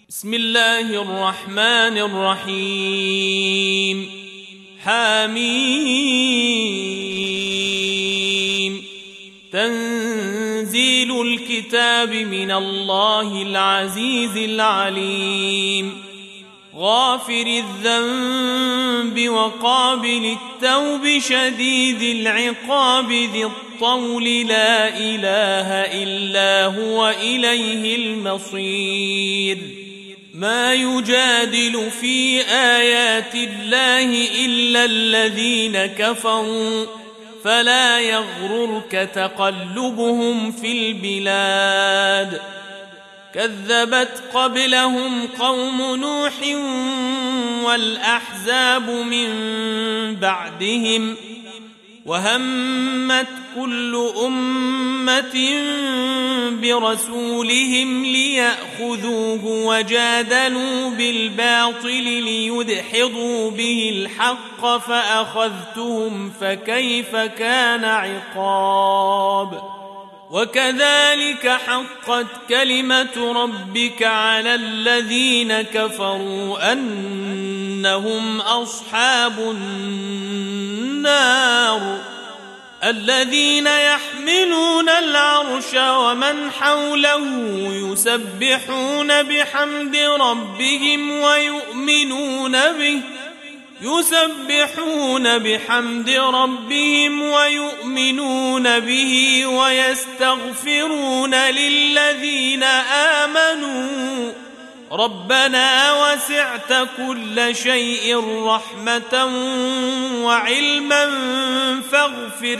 بسم الله الرحمن الرحيم. حميم. تنزيل الكتاب من الله العزيز العليم. غافر الذنب وقابل التوب شديد العقاب ذي الطول لا إله إلا هو إليه المصير. ما يجادل في آيات الله إلا الذين كفروا فلا يغررك تقلبهم في البلاد. كذبت قبلهم قوم نوح والأحزاب من بعدهم وهمت كل أمة برسولهم ليأخذوه وجادلوا بالباطل ليدحضوا به الحق فأخذتهم فكيف كان عقاب. وكذلك حقت كلمة ربك على الذين كفروا أنهم أصحاب النار. الذين يحملون العرش ومن حوله يسبحون بحمد ربهم ويؤمنون به ويستغفرون للذين آمنوا ربنا وسعت كل شيء رحمة وعلما فاغفر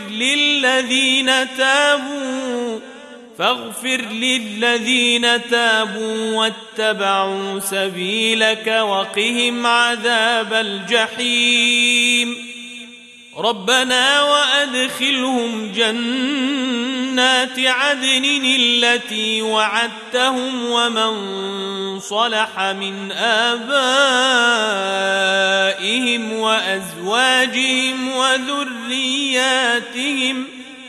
للذين تابوا واتبعوا سبيلك وقهم عذاب الجحيم. ربنا وأدخلهم جنات عدن التي وعدتهم ومن صلح من آبائهم وأزواجهم وذرياتهم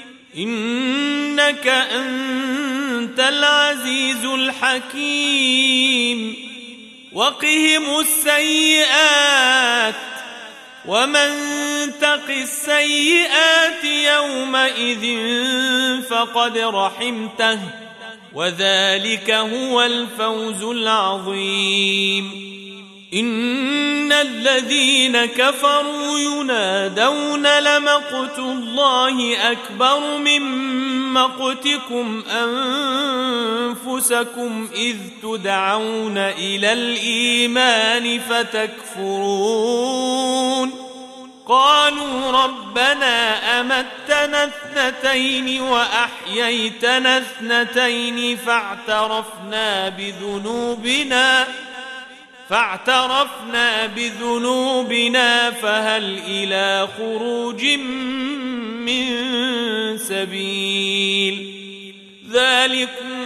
إنك أنت العزيز الحكيم. وقهم السيئات ومن تق السيئات يومئذ فقد رحمته وذلك هو الفوز العظيم. إن الذين كفروا ينادون لمقت الله أكبر من مقتكم أنفسكم إذ تدعون إلى الإيمان فتكفرون. قالوا ربنا أمتنا اثنتين وأحييتنا اثنتين فاعترفنا بذنوبنا فهل إلى خروج من سبيل. ذلكم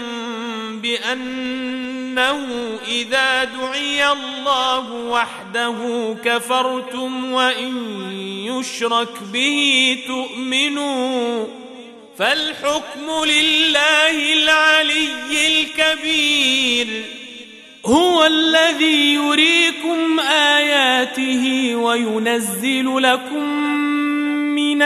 بأنه إذا دعي الله وحده كفرتم وإن يشرك به تؤمنوا فالحكم لله العلي الكبير. هو الذي يريكم آياته وينزل لكم من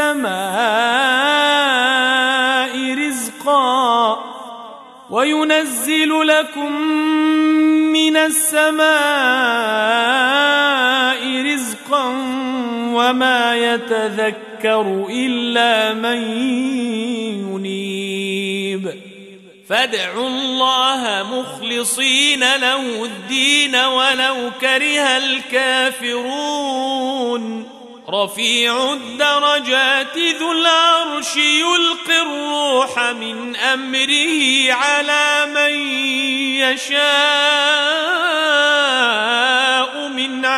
السماء رزقا وما يتذكر إلا من ينيب. فادعوا الله مخلصين له الدين ولو كره الكافرون. رفيع الدرجات ذو العرش يلقي الروح من أمره على من يشاء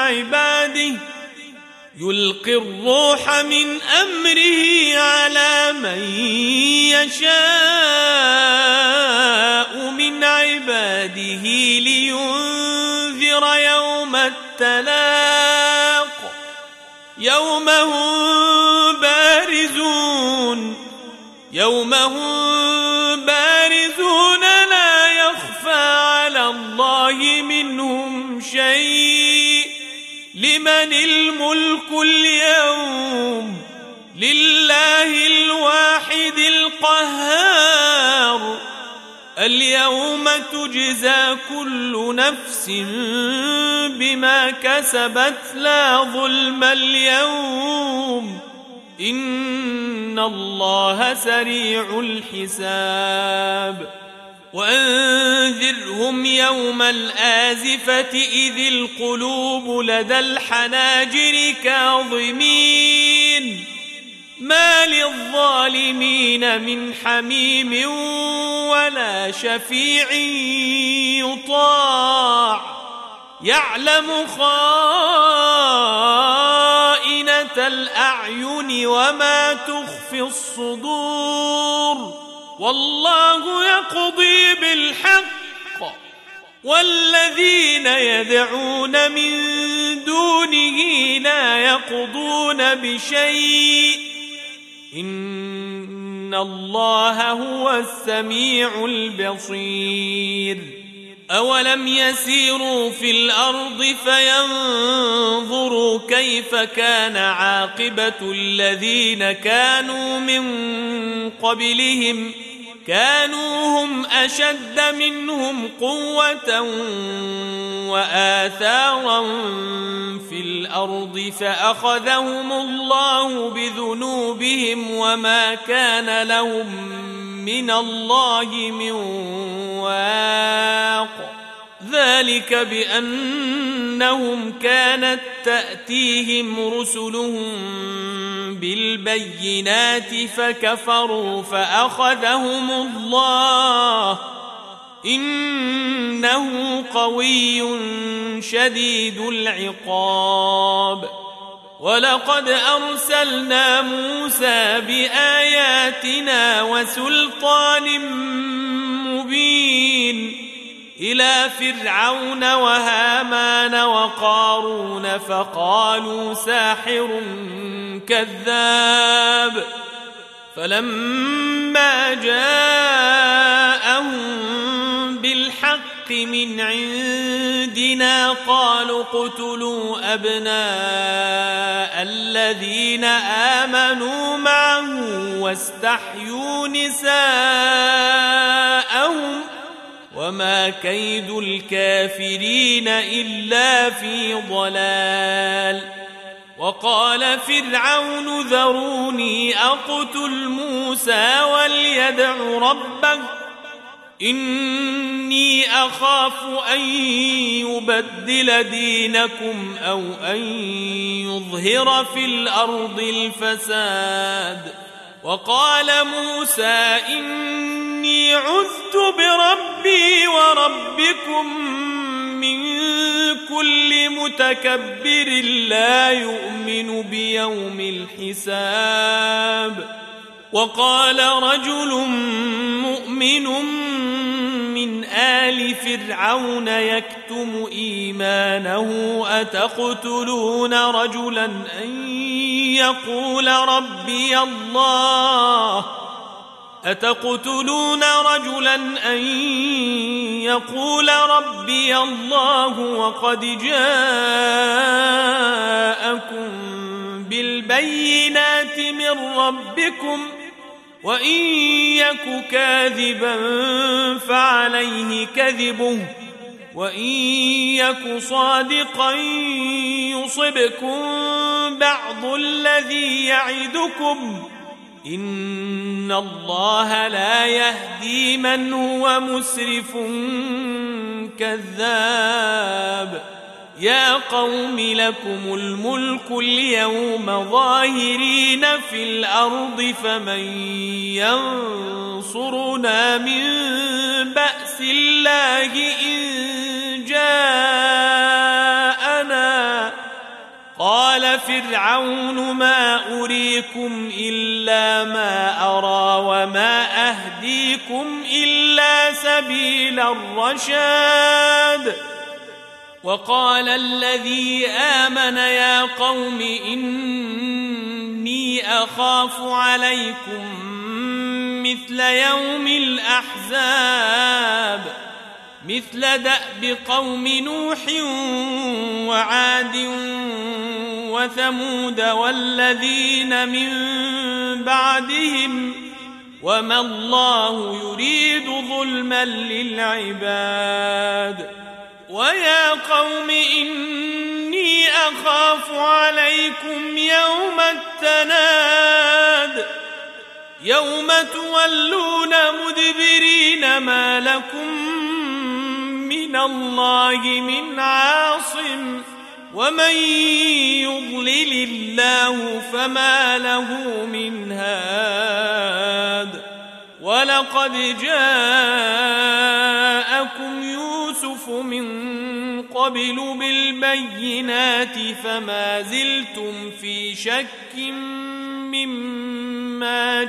من عباده لينذر يوم التلاق يوم هم بارزون لا يخفى على الله الله منهم شيء لمن الملك اليوم لله الواحد القهار اليوم تجزى كل نفس بما كسبت لا ظلم اليوم إن الله سريع الحساب وأنذرهم يوم الآزفة إذ القلوب لدى الحناجر كاظمين ما للظالمين من حميم ولا شفيع يطاع يعلم خائنة الأعين وما تخفي الصدور والله يقضي بالحق والذين يدعون من دونه لا يقضون بشيء إن الله هو السميع البصير أولم يسيروا في الأرض فينظروا كيف كان عاقبة الذين كانوا من قبلهم كانوا هم أشد منهم قوة وآثارا في الأرض فأخذهم الله بذنوبهم وما كان لهم من الله من واق ذلك بأنهم كانت تأتيهم رسلهم بالبينات فكفروا فأخذهم الله إنه قوي شديد العقاب ولقد أرسلنا موسى بآياتنا وسلطان مبين إلى فرعون وهامان وقارون فقالوا ساحر كذاب فلما جاءهم بالحق من عندنا قالوا اقتلوا أبناء الذين آمنوا معه واستحيوا نساءهم وما كيد الكافرين إلا في ضلال وقال فرعون ذروني أقتل موسى وليدع ربه إني أخاف أن يبدل دينكم أو أن يظهر في الأرض الفساد وقال موسى إني عذت بربي وربكم من كل متكبر لا يؤمن بيوم الحساب وقال رجل مؤمن من آل فرعون يكتم إيمانه أتقتلون رجلا أن يقول ربي الله وقد جاءكم بالبينات من ربكم وإن يك كاذبا فعليه كذبه وإن يك صادقا يصبكم بعض الذي يعدكم إن الله لا يهدي من هو مسرف كذاب يا قوم لكم الملك اليوم ظاهرين في الأرض فمن ينصرنا من بأس الله إن جاءنا قال فرعون ما أريكم إلا ما أرى وما أهديكم إلا سبيل الرشاد وقال الذي آمن يا قوم إني أخاف عليكم مثل يوم الأحزاب مثل دأب قوم نوح وعاد وثمود والذين من بعدهم وما الله يريد ظلما للعباد ويا قوم إني أخاف عليكم يوم التناد يوم تولون مدبرين ما لكم من الله من عاصم ومن يضلل الله فما له من هاد ولقد جاءكم يوسف من قبل بالبينات فما زلتم في شك مما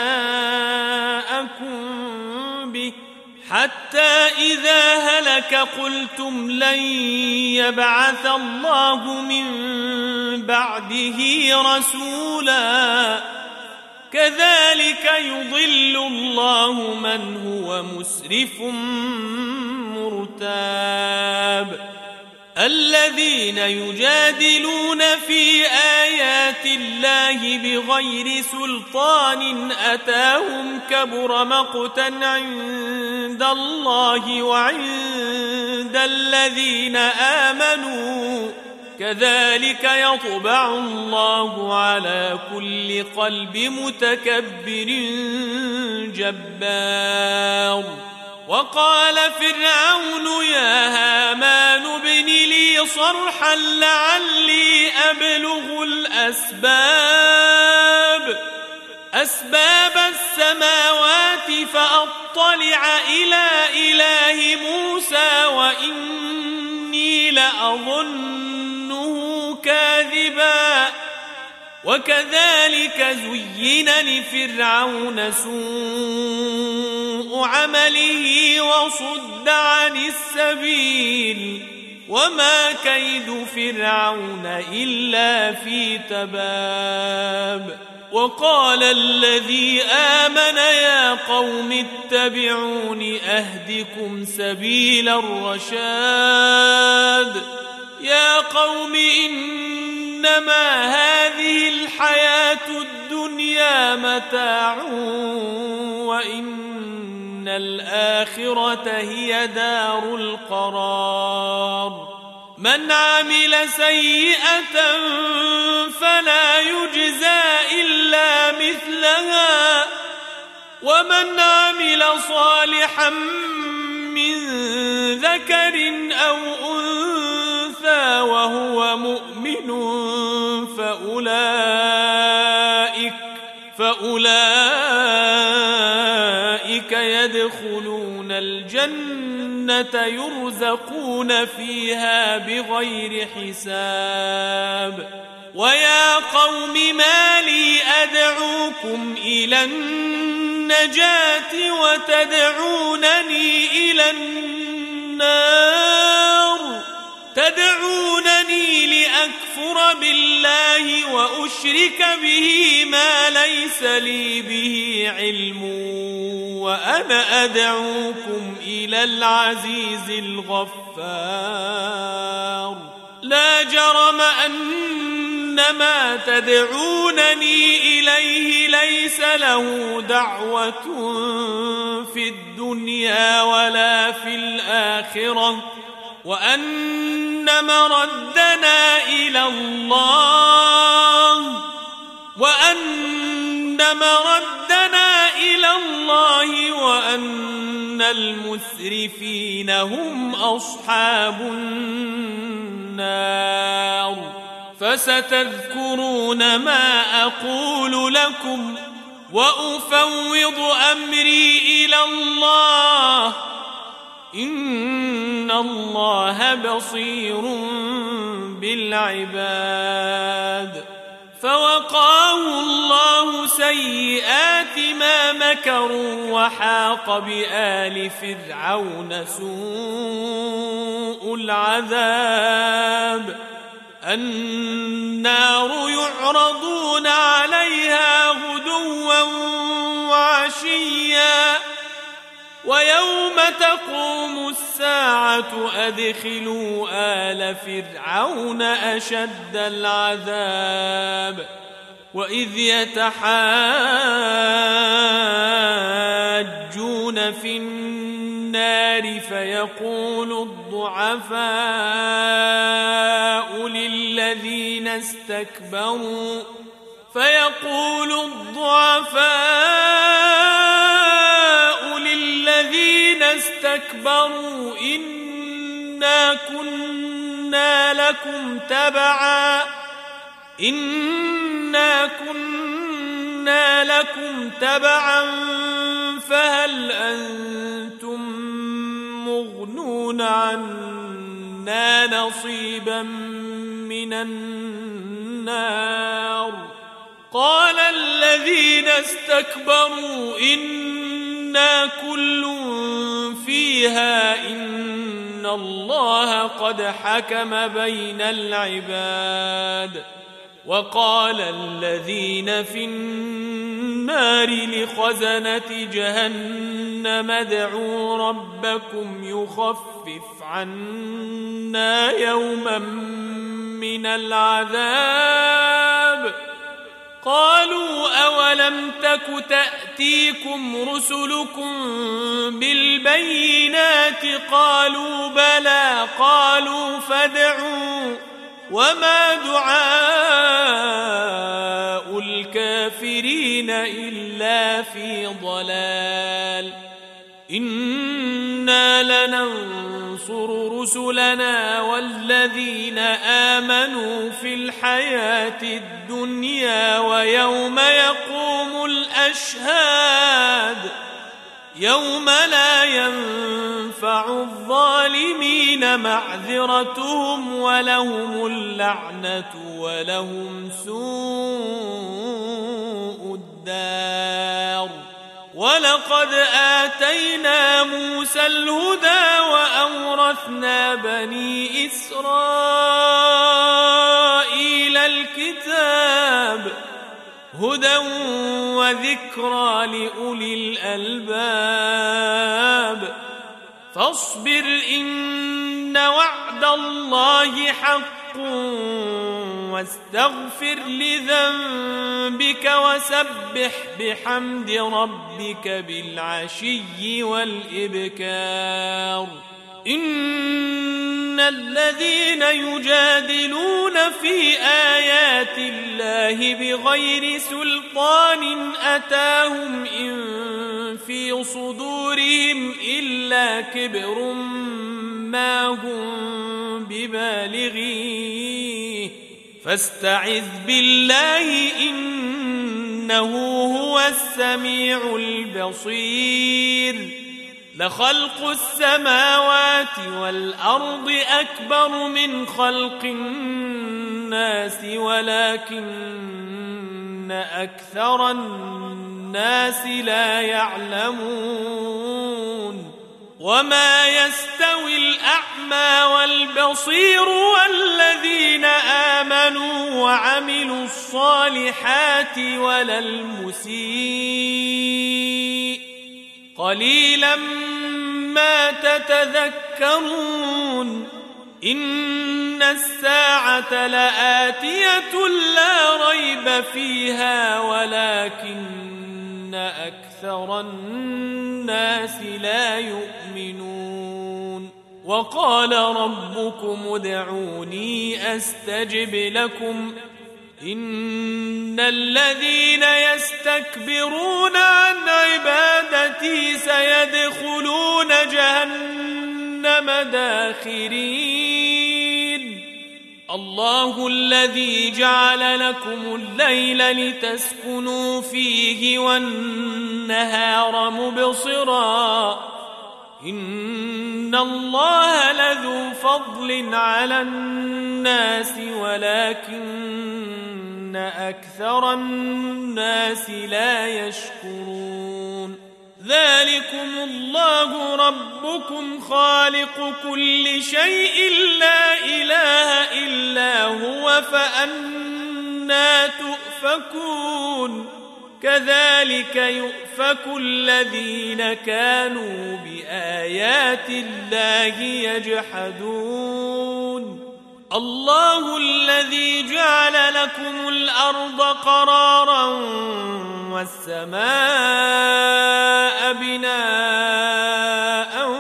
جاءكم به حتى إذا هلك قلتم لن يبعث الله من بعده رسولا كذلك يضل الله من هو مسرف مرتاب الذين يجادلون في آيات الله بغير سلطان أتاهم كبر مقتا عند الله وعند الذين آمنوا كذلك يطبع الله على كل قلب متكبر جبار وقال فرعون يا هامان ابن لي صرحا لعلي أبلغ أسباب السماوات فأطلع إلى إله موسى وإني لأظنه كاذبا وكذلك زين لفرعون سوء عمله وصد عن السبيل وما كيد فرعون إلا في تباب وقال الذي آمن يا قوم اتبعون أهدكم سبيل الرشاد يا قوم إنما هذه الحياة الدنيا متاع وإن الآخرة هي دار القرار من عمل سيئة فلا يجزى إلا مثلها ومن عمل صالحا من ذكر أو أنثى وهو مؤمن فأولئك يدخلون الجنة يرزقون فيها بغير حساب ويا قوم ما لي أدعوكم إلى النجاة وتدعونني إلى النار تدعونني لأكفر بالله وأشرك به ما ليس لي به علم وأنا أدعوكم إلى العزيز الغفار لا جرم أن ما تدعونني إليه ليس له دعوة في الدنيا ولا في الآخرة وأن مردنا إلى الله وأن المسرفين هم أصحاب النار فستذكرون ما أقول لكم وأفوض أمري إلى الله إن الله بصير بالعباد فوقاه الله سيئات ما مكروا وحاق بآل فرعون سوء العذاب النار يعرضون عليها غدوا وعشيا ويوم تقوم الساعة أدخلوا آل فرعون أشد العذاب وإذ يتحاجون في النار فيقول الضعفاء للذين استكبروا إنا كنا لكم تبعا فهل أنتم مغنون عنا نصيبا من النار قال الذين استكبروا إنا كل فيها إن الله قد حكم بين العباد وقال الذين في النار لخزنة جهنم ادعوا ربكم يخفف عنا يوما من العذاب قالوا أولم تك تأتيكم رسلكم بالبينات قالوا بلى قالوا فادعوا وما دعاء الكافرين إلا في ضلال إنا لننصر رسلنا والذين آمنوا في الحياة الدنيا ويوم يقوم الأشهاد يوم لا ينفع الظالمين معذرتهم ولهم اللعنة ولهم سوء الدار ولقد آتينا موسى الهدى وأورثنا بني إسرائيل الكتاب هدى وذكرى لأولي الألباب فاصبر إن وعد الله حق واستغفر لذنبك وسبح بحمد ربك بالعشي والإبكار إن الذين يجادلون في آيات الله بغير سلطان أتاهم إن في صدورهم إلا كبر ما هم ببالغيه فاستعذ بالله إنه هو السميع البصير لخلق السماوات والأرض أكبر من خلق الناس ولكن أكثر الناس لا يعلمون وما يستوي الأعمى والبصير والذين آمنوا وعملوا الصالحات ولا المسيء قليلا ما تتذكرون إن الساعة لآتية لا ريب فيها ولكن أكثر الناس لا يؤمنون وقال ربكم ادعوني أستجب لكم إن الذين يستكبرون عن عبادتي سيدخلون جهنم داخرين الله الذي جعل لكم الليل لتسكنوا فيه والنهار مبصرا إن الله لذو فضل على الناس ولكن أكثر الناس لا يشكرون ذلكم الله ربكم خالق كل شيء لا إله إلا هو فأنى تؤفكون كذلك يؤفك الذين كانوا بآيات الله يجحدون الله الذي جعل لكم الأرض قرارا والسماء بناء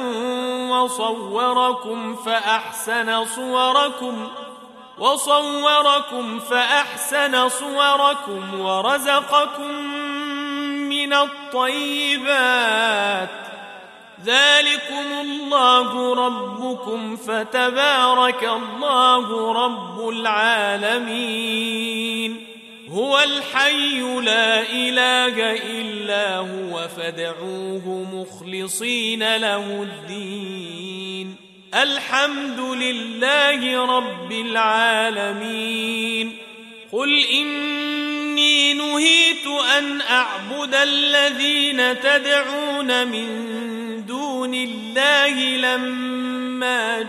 وصوركم فأحسن صوركم ورزقكم من الطيبات ذلكم الله ربكم فتبارك الله رب العالمين هو الحي لا إله إلا هو فادعوه مخلصين له الدين الحمد لله رب العالمين قل إني نهيت أن أعبد الذين تدعون من دون الله لما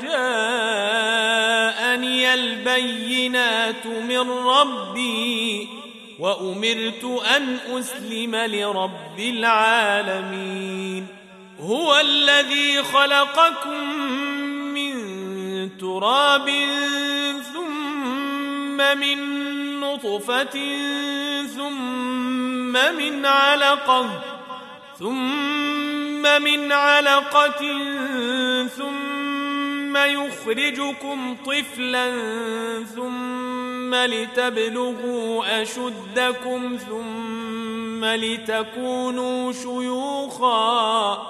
جاءني البينات من ربي وأمرت أن أسلم لرب العالمين هو الذي خلقكم من تراب ثم من نطفة ثم من علقة ثم يخرجكم طفلا ثم لتبلغوا أشدكم ثم لتكونوا شيوخا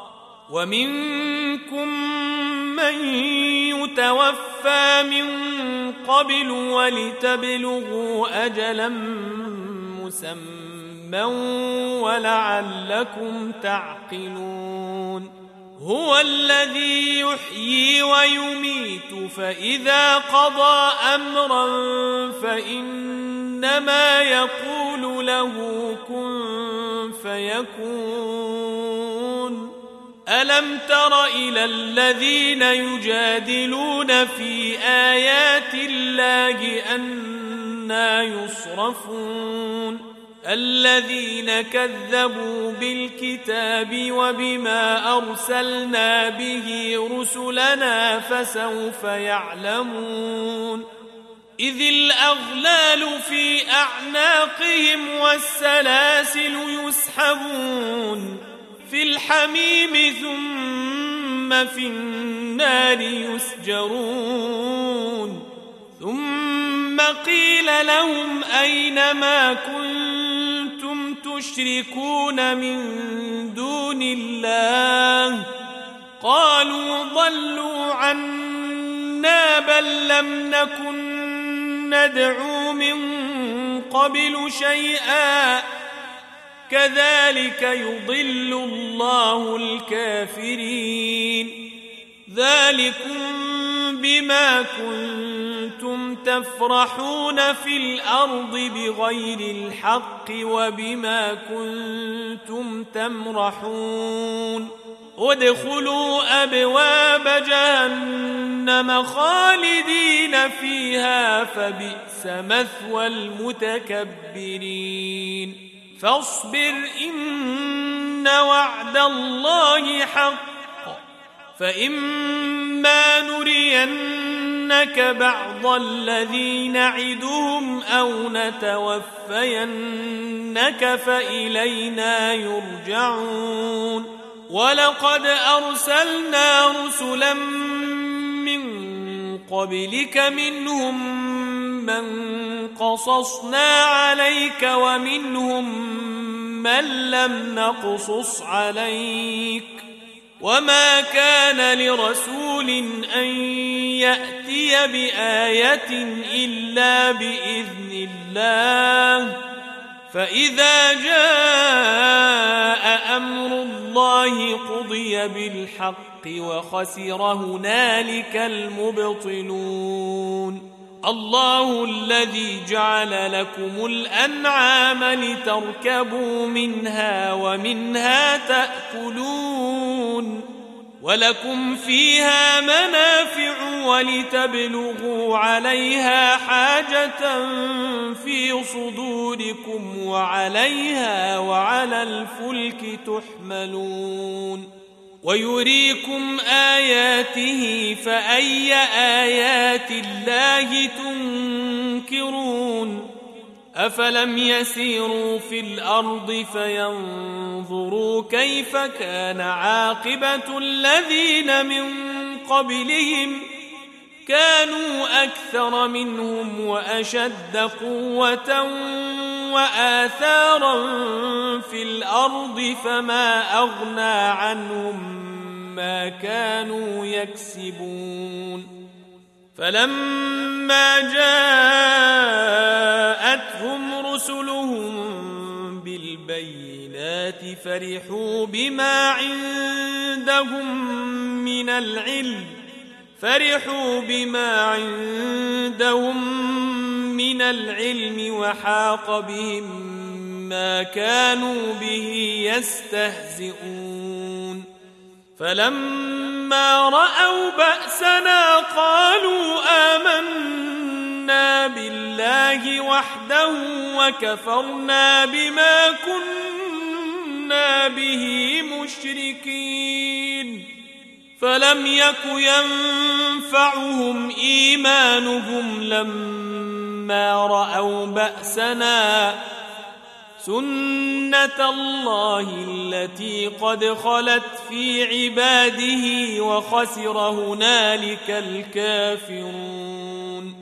ومنكم من يتوفى من قبل ولتبلغوا أجلا مسمى ولعلكم تعقلون هو الذي يحيي ويميت فإذا قضى أمرا فإنما يقول له كن فيكون ألم تر إلى الذين يجادلون في آيات الله أنى يصرفون الذين كذبوا بالكتاب وبما أرسلنا به رسلنا فسوف يعلمون إذ الأغلال في أعناقهم والسلاسل يسحبون في الحميم ثم في النار يسجرون ثم قيل لهم أين ما كنتم تشركون من دون الله قالوا ضلوا عنا بل لم نكن ندعو من قبل شيئا كذلك يضل الله الكافرين ذلكم بما كنتم تفرحون في الأرض بغير الحق وبما كنتم تمرحون ادخلوا أبواب جهنم خالدين فيها فبئس مثوى المتكبرين فاصبر إن وعد الله حق فإما نرينك بعض الذي نعدهم أو نتوفينك فإلينا يرجعون ولقد أرسلنا رسلا من قبلك منهم من قصصنا عليك ومنهم من لم نقصص عليك وما كان لرسول أن يأتي بآية إلا بإذن الله فإذا جاء أمر الله قضي بالحق وخسر هنالك المبطلون الله الذي جعل لكم الأنعام لتركبوا منها ومنها تأكلون ولكم فيها منافع ولتبلغوا عليها حاجة في صدوركم وعليها وعلى الفلك تحملون ويريكم آياته فأي آيات الله تنكرون أفلم يسيروا في الأرض فينظروا كيف كان عاقبة الذين من قبلهم كانوا أكثر منهم وأشد قوة وآثارا في الأرض فما أغنى عنهم ما كانوا يكسبون فلما جاءتهم رسلهم بالبينات فرحوا بما عندهم من العلم وحاق بهم ما كانوا به يستهزئون فلما رأوا بأسنا قالوا آمنا بالله وحده وكفرنا بما كنا به مشركين فلم يك ينفعهم إيمانهم لما رأوا بأسنا سنة الله التي قد خلت في عباده وخسر هنالك الكافرون